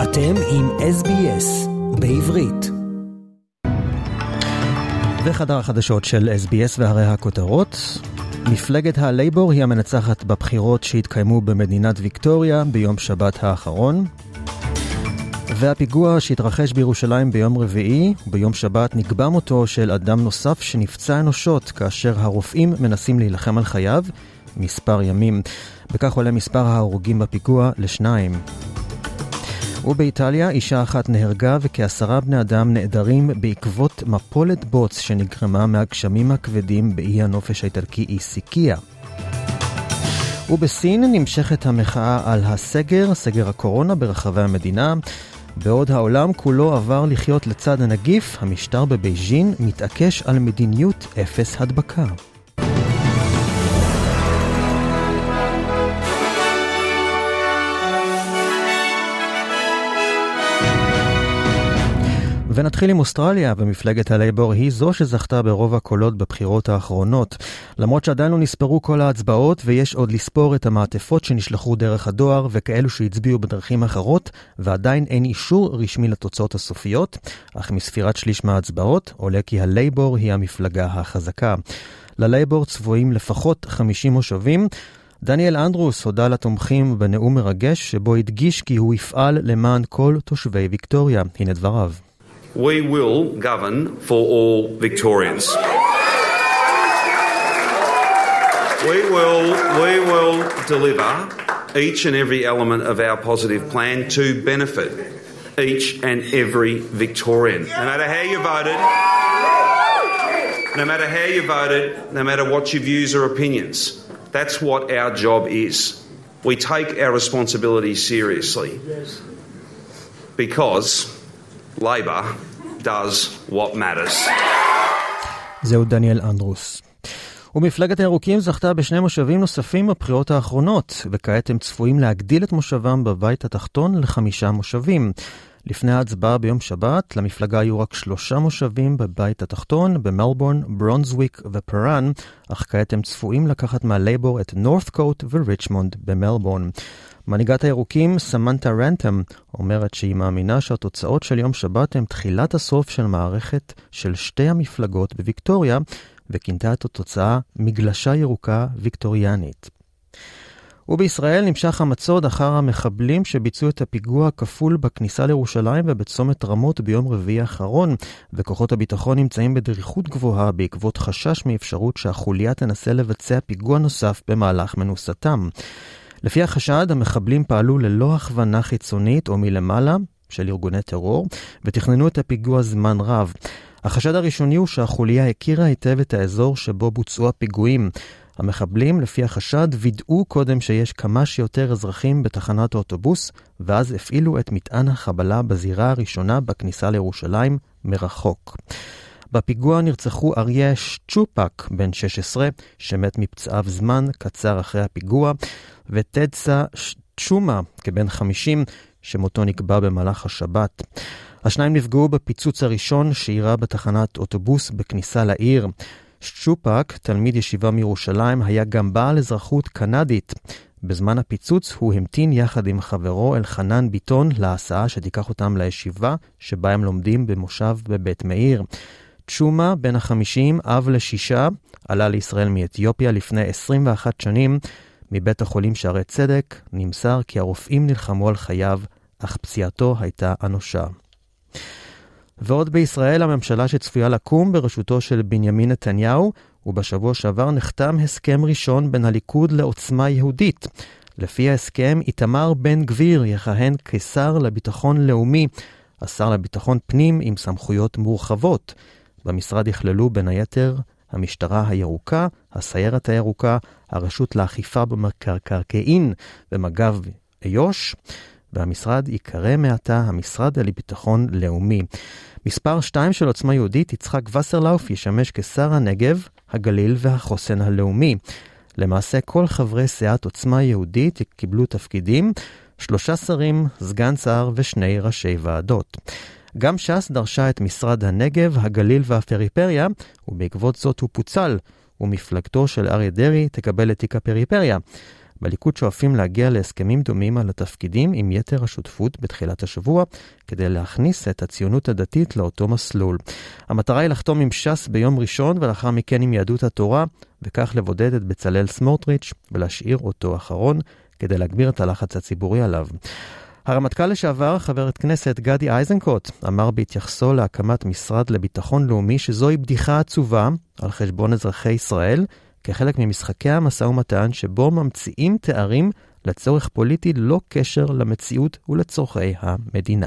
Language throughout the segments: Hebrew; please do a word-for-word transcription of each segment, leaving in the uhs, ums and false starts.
אתם עם אס בי אס בעברית. וחדר החדשות של אס בי אס והרי הכותרות. מפלגת הלייבור היא המנצחת בבחירות שהתקיימו במדינת ויקטוריה ביום שבת האחרון. והפיגוע שהתרחש בירושלים ביום רביעי, ביום שבת נקבע מותו של אדם נוסף שנפצע אנושות כאשר הרופאים מנסים להילחם על חייו מספר ימים. בכך עולה מספר ההרוגים בפיגוע לשניים. ובאיטליה אישה אחת נהרגה וכעשרה בני אדם נעדרים בעקבות מפולת בוץ שנגרמה מהגשמים הכבדים באי הנופש האיטלקי איסיקיה. ובסין נמשכת המחאה על הסגר, סגר הקורונה ברחבי המדינה. בעוד העולם כולו עבר לחיות לצד הנגיף, המשטר בבייג'ין מתעקש על מדיניות אפס הדבקה. ונתחיל עם אוסטרליה, ומפלגת הלייבור היא זו שזכתה ברוב הקולות בבחירות האחרונות. למרות שעדיין לא נספרו כל ההצבעות, ויש עוד לספור את המעטפות שנשלחו דרך הדואר, וכאלו שהצביעו בדרכים אחרות, ועדיין אין אישור רשמי לתוצאות הסופיות, אך מספירת שליש מההצבעות עולה כי הלייבור היא המפלגה החזקה. ללייבור צבועים לפחות חמישים מושבים. דניאל אנדרוס הודה לתומכים בנאום מרגש, שבו הדגיש כי הוא יפעל למען כל תושבי ויקטוריה. הנה דבריו. We will govern for all Victorians. We will, we will deliver each and every element of our positive plan to benefit each and every Victorian. No matter how you voted, no matter how you voted, no matter what your views or opinions, that's what our job is. We take our responsibility seriously because Labor does what matters. זהו דניאל אנדרוס. ומפלגת הירוקים זכתה בשני מושבים נוספים בבחירות האחרונות, וכעת הם צפויים להגדיל את מושבם בבית התחתון לחמישה מושבים. לפני ההצבעה ביום שבת, למפלגה היו רק שלושה מושבים בבית התחתון, במלבורן, ברונזוויק ופרן, אך כעת הם צפויים לקחת מהלייבור את נורת'קוט וריצ'מונד במלבורן. מנהיגת הירוקים, סמנטה רנטם, אומרת שהיא מאמינה שהתוצאות של יום שבת הם תחילת הסוף של מערכת של שתי המפלגות בוויקטוריה, וכינתה את התוצאה מגלשה ירוקה ויקטוריאנית. ובישראל נמשך המצוד אחר המחבלים שביצעו את הפיגוע הכפול בכניסה לירושלים ובצומת רמות ביום רביעי האחרון, וכוחות הביטחון נמצאים בדריכות גבוהה בעקבות חשש מאפשרות שהחוליה תנסה לבצע פיגוע נוסף במהלך מנוסתם. לפי החשד, המחבלים פעלו ללא הכוונה חיצונית או מלמעלה של ארגוני טרור, ותכננו את הפיגוע זמן רב. החשד הראשוני הוא שהחוליה הכירה היטב את האזור שבו בוצעו הפיגועים. המחבלים, לפי החשד, וידאו קודם שיש כמה שיותר אזרחים בתחנת האוטובוס, ואז הפעילו את מטען החבלה בזירה הראשונה בכניסה לירושלים מרחוק. בפיגוע נרצחו אריה צ'ופק, בן שש עשרה, שמת מפצעיו זמן קצר אחרי הפיגוע, וטדסה צ'ומה, כבן חמישים, שמותו נקבע במהלך השבת. השניים נפגעו בפיצוץ הראשון שאירע בתחנת אוטובוס בכניסה לעיר. צ'ופק, תלמיד ישיבה מירושלים, היה גם בעל אזרחות קנדית. בזמן הפיצוץ הוא המתין יחד עם חברו אלחנן ביטון להסעה שתיקח אותם לישיבה שבה הם לומדים במושב בבית מאיר. צ'ומה, בן החמישים, אב לשישה, עלה לישראל מאתיופיה לפני עשרים ואחת שנים. מבית החולים שערי צדק נמסר כי הרופאים נלחמו על חייו, אך פציעתו הייתה אנושה. ועוד בישראל, הממשלה שצפויה לקום בראשותו של בנימין נתניהו, ובשבוע שעבר נחתם הסכם ראשון בין הליכוד לעוצמה יהודית. לפי ההסכם, איתמר בן גביר יכהן כשר לביטחון לאומי, השר לביטחון פנים עם סמכויות מורחבות. במשרד יכללו בין היתר המשטרה הירוקה, הסיירת הירוקה, הרשות לאכיפה במקרקעין ומג"ב איו"ש, והמשרד יקרא מעתה המשרד לביטחון לאומי. מספר שתיים של עוצמה יהודית, יצחק וסרלאוף, ישמש כשר הנגב, הגליל והחוסן הלאומי. למעשה כל חברי סיעת עוצמה יהודית קיבלו תפקידים, שלושה שרים, סגן שר ושני ראשי ועדות. גם ש"ס דרשה את משרד הנגב, הגליל והפריפריה, ובעקבות זאת הוא פוצל, ומפלגתו של אריה דרעי תקבל את תיק הפריפריה. בליכוד שואפים להגיע להסכמים דומים על התפקידים עם יתר השותפות בתחילת השבוע, כדי להכניס את הציונות הדתית לאותו מסלול. המטרה היא לחתום עם ש"ס ביום ראשון ולאחר מכן עם יהדות התורה, וכך לבודד את בצלאל סמוטריץ' ולהשאיר אותו אחרון, כדי להגביר את הלחץ הציבורי עליו. הרמטכ"ל לשעבר, חבר הכנסת גדי איזנקוט, אמר בהתייחסו להקמת משרד לביטחון לאומי שזוהי בדיחה עצובה על חשבון אזרחי ישראל, כחלק ממשחקי המשא ומתן שבו ממציאים תארים לצורך פוליטי לא קשר למציאות ולצורכי המדינה.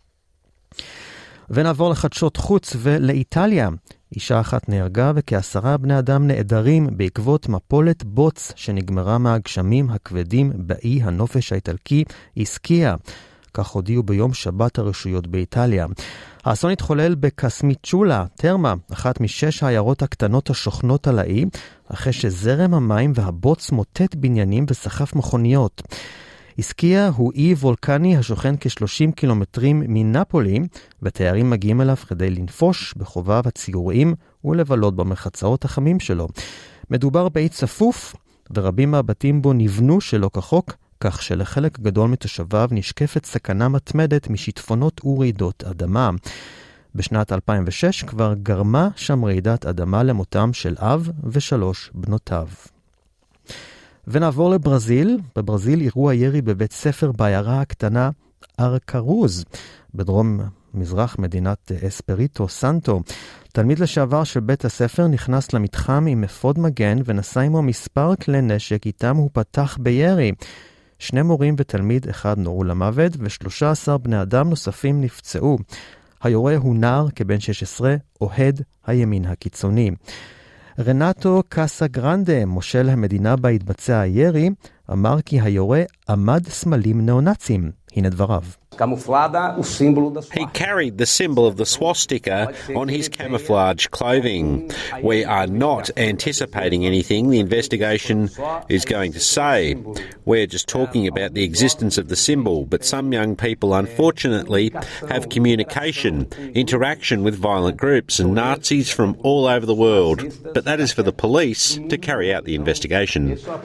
ונעבור לחדשות חוץ ולאיטליה. אישה אחת נהרגה וכעשרה בני אדם נעדרים בעקבות מפולת בוץ שנגמרה מהגשמים הכבדים באי הנופש האיטלקי איסקיה. כך הודיעו ביום שבת הרשויות באיטליה. האסון התחולל בקסמיצ'ולה, טרמה, אחת משש העיירות הקטנות השוכנות על האי, אחרי שזרם המים והבוץ מוטט בניינים וסחף מכוניות. איסקיה הוא אי וולקני השוכן כ-שלושים קילומטרים מנפולי, ותיירים מגיעים אליו כדי לנפוש בחוביו הציוריים ולבלות במחצאות החמים שלו. מדובר באי צפוף, ורבים מהבתים בו נבנו שלא כחוק, כך שלחלק גדול מתושביו נשקפת סכנה מתמדת משטפונות ורעידות אדמה. בשנת אלפיים ושש כבר גרמה שם רעידת אדמה למותם של אב ושלוש בנותיו. ונעבור לברזיל. בברזיל אירוע ירי בבית ספר בעיירה הקטנה ארקרוז, בדרום מזרח מדינת אספריטו סנטו. תלמיד לשעבר של בית הספר נכנס למתחם עם אפוד מגן ונשא עמו מספר כלי נשק, איתם הוא פתח בירי. שני מורים ותלמיד אחד נורו למוות ו-שלושה עשר בני אדם נוספים נפצעו. היורה הוא נער כבן שש עשרה, אוהד הימין הקיצוני. רנטו קאסה גרנדה, מושל המדינה בה התבצע הירי, אמר כי היורה עמד סמלים נאו-נאצים. הנה דבריו. He carried the symbol of the swastika on his camouflage clothing. We are not anticipating anything the investigation is going to say. We're just talking about the existence of the symbol, but some young people unfortunately have communication, interaction with violent groups and Nazis from all over the world. But that is for the police to carry out the investigation.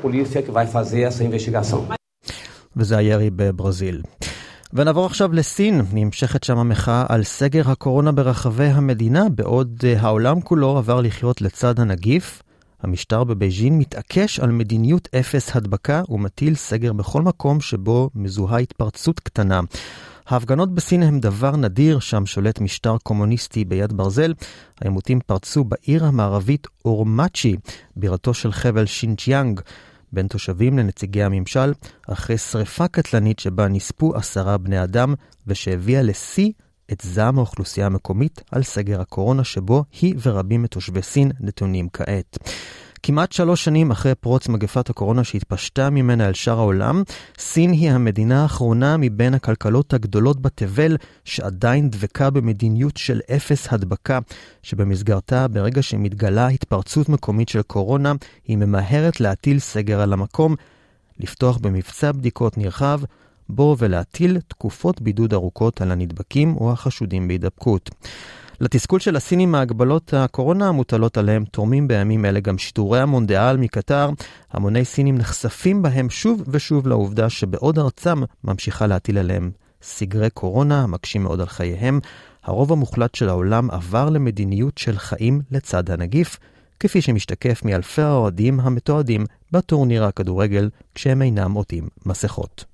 וזה הירי בברזיל. ונעבור עכשיו לסין. נמשכת שם המחאה על סגר הקורונה ברחבי המדינה, בעוד העולם כולו עבר לחיות לצד הנגיף. המשטר בבייג'ין מתעקש על מדיניות אפס הדבקה ומטיל סגר בכל מקום שבו מזוהה התפרצות קטנה. ההפגנות בסין הם דבר נדיר, שם שולט משטר קומוניסטי ביד ברזל. העימותים פרצו בעיר המערבית אורמצ'י, בירתו של חבל שינג'יאנג, בין תושבים לנציגי הממשל, אחרי שריפה קטלנית שבה נספו עשרה בני אדם, ושהביאה לשיא את זעם האוכלוסייה המקומית על סגר הקורונה שבו היא ורבים מתושבי סין נתונים כעת. כמעט שלוש שנים אחרי פרוץ מגפת הקורונה שהתפשטה ממנה אל שאר העולם, סין היא המדינה האחרונה מבין הכלכלות הגדולות בתבל שעדיין דבקה במדיניות של אפס הדבקה, שבמסגרתה ברגע שמתגלה התפרצות מקומית של קורונה, היא ממהרת להטיל סגר על המקום, לפתוח במבצע בדיקות נרחב, בו ולהטיל תקופות בידוד ארוכות על הנדבקים או החשודים בהידבקות. לתסכול של הסינים מהגבלות הקורונה המוטלות עליהם תורמים בימים אלה גם שידורי המונדיאל מקטר. המוני סינים נחשפים בהם שוב ושוב לעובדה שבעוד ארצם ממשיכה להטיל עליהם סגרי קורונה המקשים מאוד על חייהם. הרוב המוחלט של העולם עבר למדיניות של חיים לצד הנגיף, כפי שמשתקף מאלפי האוהדים המתועדים בטורניר הכדורגל כשהם אינם עוטים מסכות.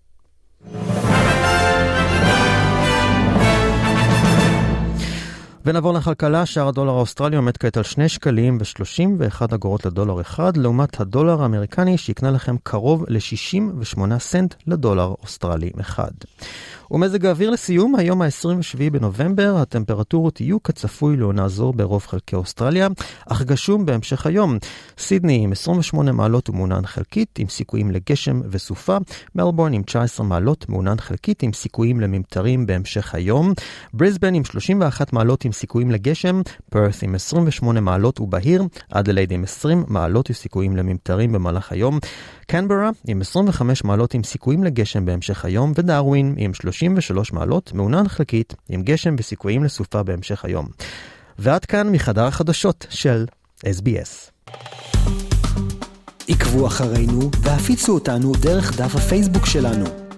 ונעבור לכלכלה. שער הדולר האוסטרלי עומד כעת על שני שקלים ו-שלושים ואחת אגורות לדולר אחד, לעומת הדולר האמריקני שיקנה לכם קרוב ל-שישים ושמונה סנט לדולר אוסטרלי אחד. ומזג האוויר לסיום, היום ה-עשרים ושבעה בנובמבר, הטמפרטורות יהיו כצפוי לעונה זו ברוב חלקי אוסטרליה, אך גשום בהמשך היום. סידני עם עשרים ושמונה מעלות ומעונן חלקית, עם סיכויים לגשם וסופה. מלבורן עם תשע עשרה מעלות, מעונן חלקית, עם סיכויים לממטרים בהמשך היום. בריסבן עם שלושים ואחת מעלות, עם סיכויים לגשם. פרת עם עשרים ושמונה מעלות ובהיר. אדלייד עם עשרים מעלות וסיכויים לממטרים במהלך היום. קנברה עם עשרים וחמש מעלות עם סיכויים לגשם בהמשך היום, ודרווין עם שלושים ושלוש מעלות, מעונן חלקית עם גשם וסיכויים לסופה בהמשך היום. ועד כאן מחדר החדשות של אס בי אס. עקבו אחרינו והפיצו אותנו דרך דף הפייסבוק שלנו.